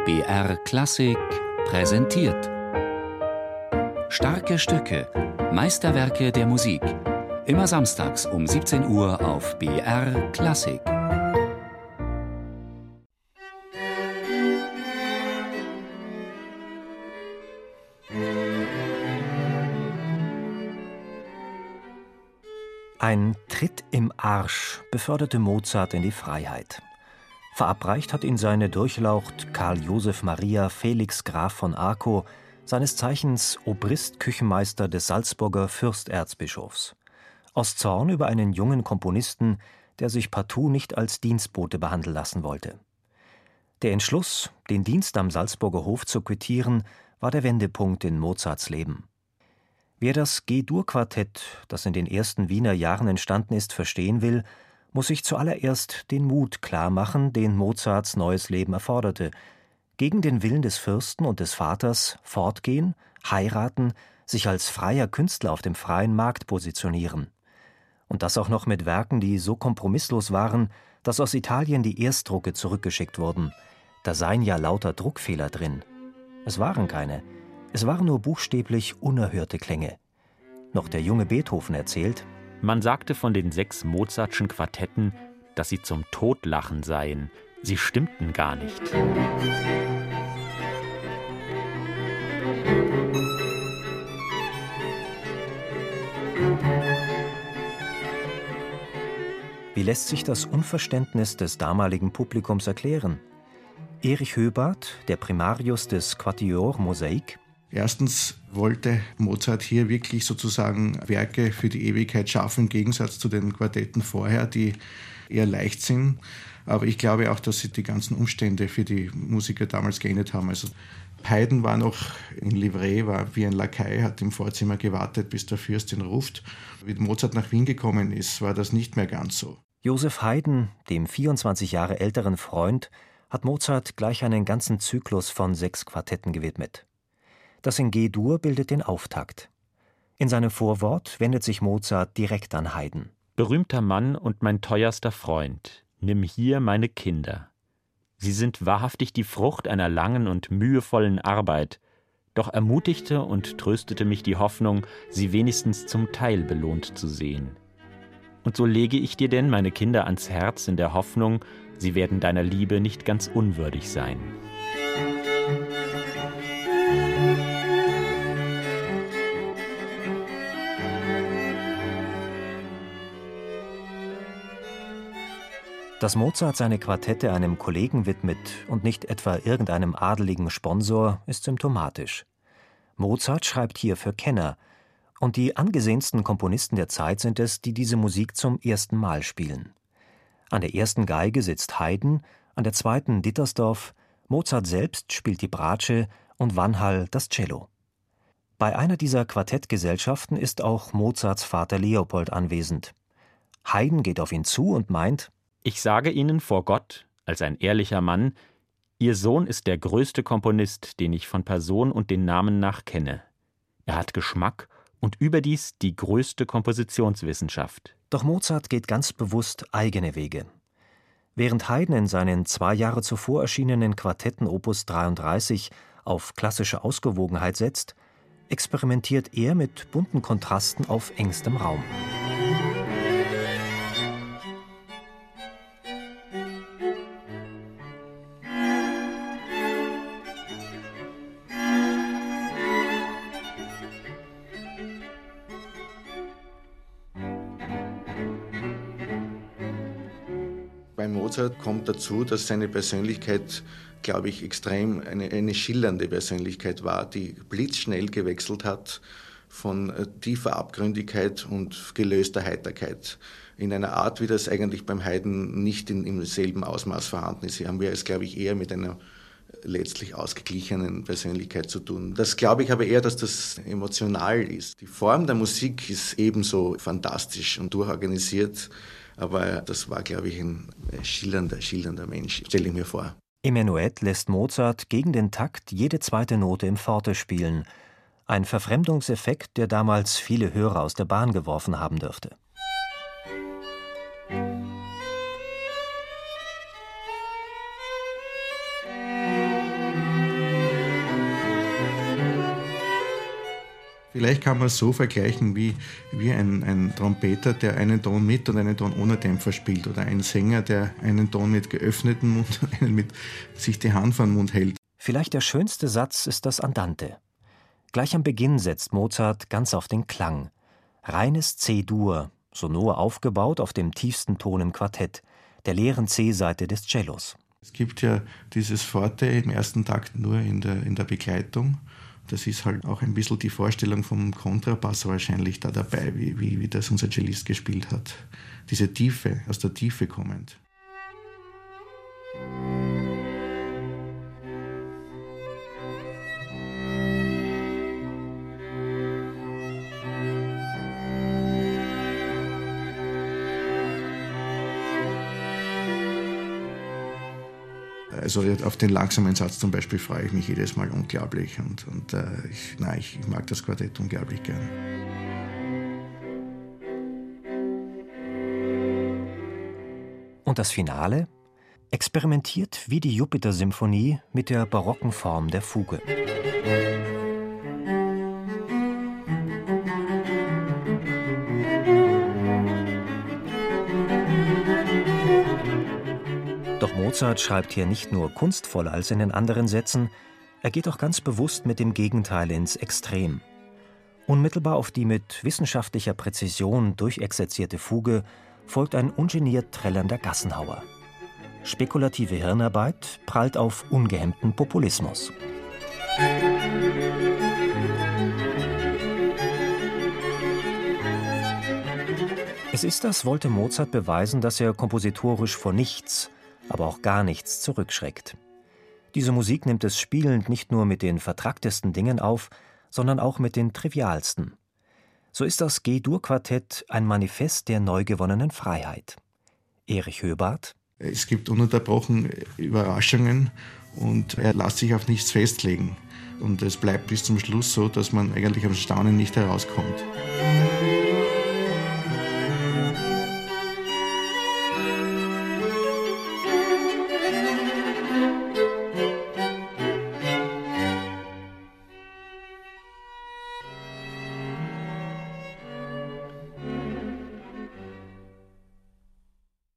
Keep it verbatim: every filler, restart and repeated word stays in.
B R Klassik präsentiert. Starke Stücke, Meisterwerke der Musik. Immer samstags um siebzehn Uhr auf B R Klassik. Ein Tritt im Arsch beförderte Mozart in die Freiheit. Verabreicht hat ihn seine Durchlaucht Karl Joseph Maria Felix Graf von Arco, seines Zeichens Obrist-Küchenmeister des Salzburger Fürsterzbischofs. Aus Zorn über einen jungen Komponisten, der sich partout nicht als Dienstbote behandeln lassen wollte. Der Entschluss, den Dienst am Salzburger Hof zu quittieren, war der Wendepunkt in Mozarts Leben. Wer das G-Dur-Quartett, das in den ersten Wiener Jahren entstanden ist, verstehen will, muss sich zuallererst den Mut klarmachen, den Mozarts neues Leben erforderte. Gegen den Willen des Fürsten und des Vaters fortgehen, heiraten, sich als freier Künstler auf dem freien Markt positionieren. Und das auch noch mit Werken, die so kompromisslos waren, dass aus Italien die Erstdrucke zurückgeschickt wurden. Da seien ja lauter Druckfehler drin. Es waren keine. Es waren nur buchstäblich unerhörte Klänge. Noch der junge Beethoven erzählt: Man sagte von den sechs Mozartschen Quartetten, dass sie zum Totlachen seien. Sie stimmten gar nicht. Wie lässt sich das Unverständnis des damaligen Publikums erklären? Erich Höbart, der Primarius des Quatuor Mosaik: Erstens wollte Mozart hier wirklich sozusagen Werke für die Ewigkeit schaffen, im Gegensatz zu den Quartetten vorher, die eher leicht sind. Aber ich glaube auch, dass sich die ganzen Umstände für die Musiker damals geändert haben. Also Haydn war noch in Livree, war wie ein Lakai, hat im Vorzimmer gewartet, bis der Fürst ihn ruft. Wie Mozart nach Wien gekommen ist, war das nicht mehr ganz so. Joseph Haydn, dem vierundzwanzig Jahre älteren Freund, hat Mozart gleich einen ganzen Zyklus von sechs Quartetten gewidmet. Das in G-Dur bildet den Auftakt. In seinem Vorwort wendet sich Mozart direkt an Haydn. Berühmter Mann und mein teuerster Freund, nimm hier meine Kinder. Sie sind wahrhaftig die Frucht einer langen und mühevollen Arbeit, doch ermutigte und tröstete mich die Hoffnung, sie wenigstens zum Teil belohnt zu sehen. Und so lege ich dir denn meine Kinder ans Herz in der Hoffnung, sie werden deiner Liebe nicht ganz unwürdig sein. Dass Mozart seine Quartette einem Kollegen widmet und nicht etwa irgendeinem adeligen Sponsor, ist symptomatisch. Mozart schreibt hier für Kenner, und die angesehensten Komponisten der Zeit sind es, die diese Musik zum ersten Mal spielen. An der ersten Geige sitzt Haydn, an der zweiten Dittersdorf, Mozart selbst spielt die Bratsche und Wanhall das Cello. Bei einer dieser Quartettgesellschaften ist auch Mozarts Vater Leopold anwesend. Haydn geht auf ihn zu und meint: Ich sage Ihnen vor Gott, als ein ehrlicher Mann, Ihr Sohn ist der größte Komponist, den ich von Person und den Namen nach kenne. Er hat Geschmack und überdies die größte Kompositionswissenschaft. Doch Mozart geht ganz bewusst eigene Wege. Während Haydn in seinen zwei Jahre zuvor erschienenen Quartetten Opus dreiunddreißig auf klassische Ausgewogenheit setzt, experimentiert er mit bunten Kontrasten auf engstem Raum. Bei Mozart kommt dazu, dass seine Persönlichkeit, glaube ich, extrem eine, eine schillernde Persönlichkeit war, die blitzschnell gewechselt hat von tiefer Abgründigkeit und gelöster Heiterkeit. In einer Art, wie das eigentlich beim Haydn nicht in, im selben Ausmaß vorhanden ist. Hier haben wir es, glaube ich, eher mit einer letztlich ausgeglichenen Persönlichkeit zu tun. Das glaube ich aber eher, dass das emotional ist. Die Form der Musik ist ebenso fantastisch und durchorganisiert. Aber das war, glaube ich, ein schillernder, schillernder Mensch, stelle ich mir vor. Im Menuett lässt Mozart gegen den Takt jede zweite Note im Forte spielen. Ein Verfremdungseffekt, der damals viele Hörer aus der Bahn geworfen haben dürfte. Vielleicht kann man es so vergleichen wie, wie ein, ein Trompeter, der einen Ton mit und einen Ton ohne Dämpfer spielt. Oder ein Sänger, der einen Ton mit geöffnetem Mund und einen mit sich die Hand vor den Mund hält. Vielleicht der schönste Satz ist das Andante. Gleich am Beginn setzt Mozart ganz auf den Klang. Reines C-Dur, sonor aufgebaut auf dem tiefsten Ton im Quartett, der leeren C-Seite des Cellos. Es gibt ja dieses Forte im ersten Takt nur in der, in der Begleitung. Das ist halt auch ein bisschen die Vorstellung vom Kontrabass wahrscheinlich da dabei, wie, wie, wie das unser Cellist gespielt hat. Diese Tiefe, aus der Tiefe kommend. Also auf den langsamen Satz zum Beispiel freue ich mich jedes Mal unglaublich und, und äh, ich, nein, ich, ich mag das Quartett unglaublich gern. Und das Finale? Experimentiert wie die Jupiter-Symphonie mit der barocken Form der Fuge. Doch Mozart schreibt hier nicht nur kunstvoller als in den anderen Sätzen, er geht auch ganz bewusst mit dem Gegenteil ins Extrem. Unmittelbar auf die mit wissenschaftlicher Präzision durchexerzierte Fuge folgt ein ungeniert trällernder Gassenhauer. Spekulative Hirnarbeit prallt auf ungehemmten Populismus. Es ist, als wollte Mozart beweisen, dass er kompositorisch vor nichts, aber auch gar nichts zurückschreckt. Diese Musik nimmt es spielend nicht nur mit den vertracktesten Dingen auf, sondern auch mit den trivialsten. So ist das G-Dur-Quartett ein Manifest der neu gewonnenen Freiheit. Erich Höbart: Es gibt ununterbrochen Überraschungen und er lässt sich auf nichts festlegen. Und es bleibt bis zum Schluss so, dass man eigentlich am Staunen nicht herauskommt.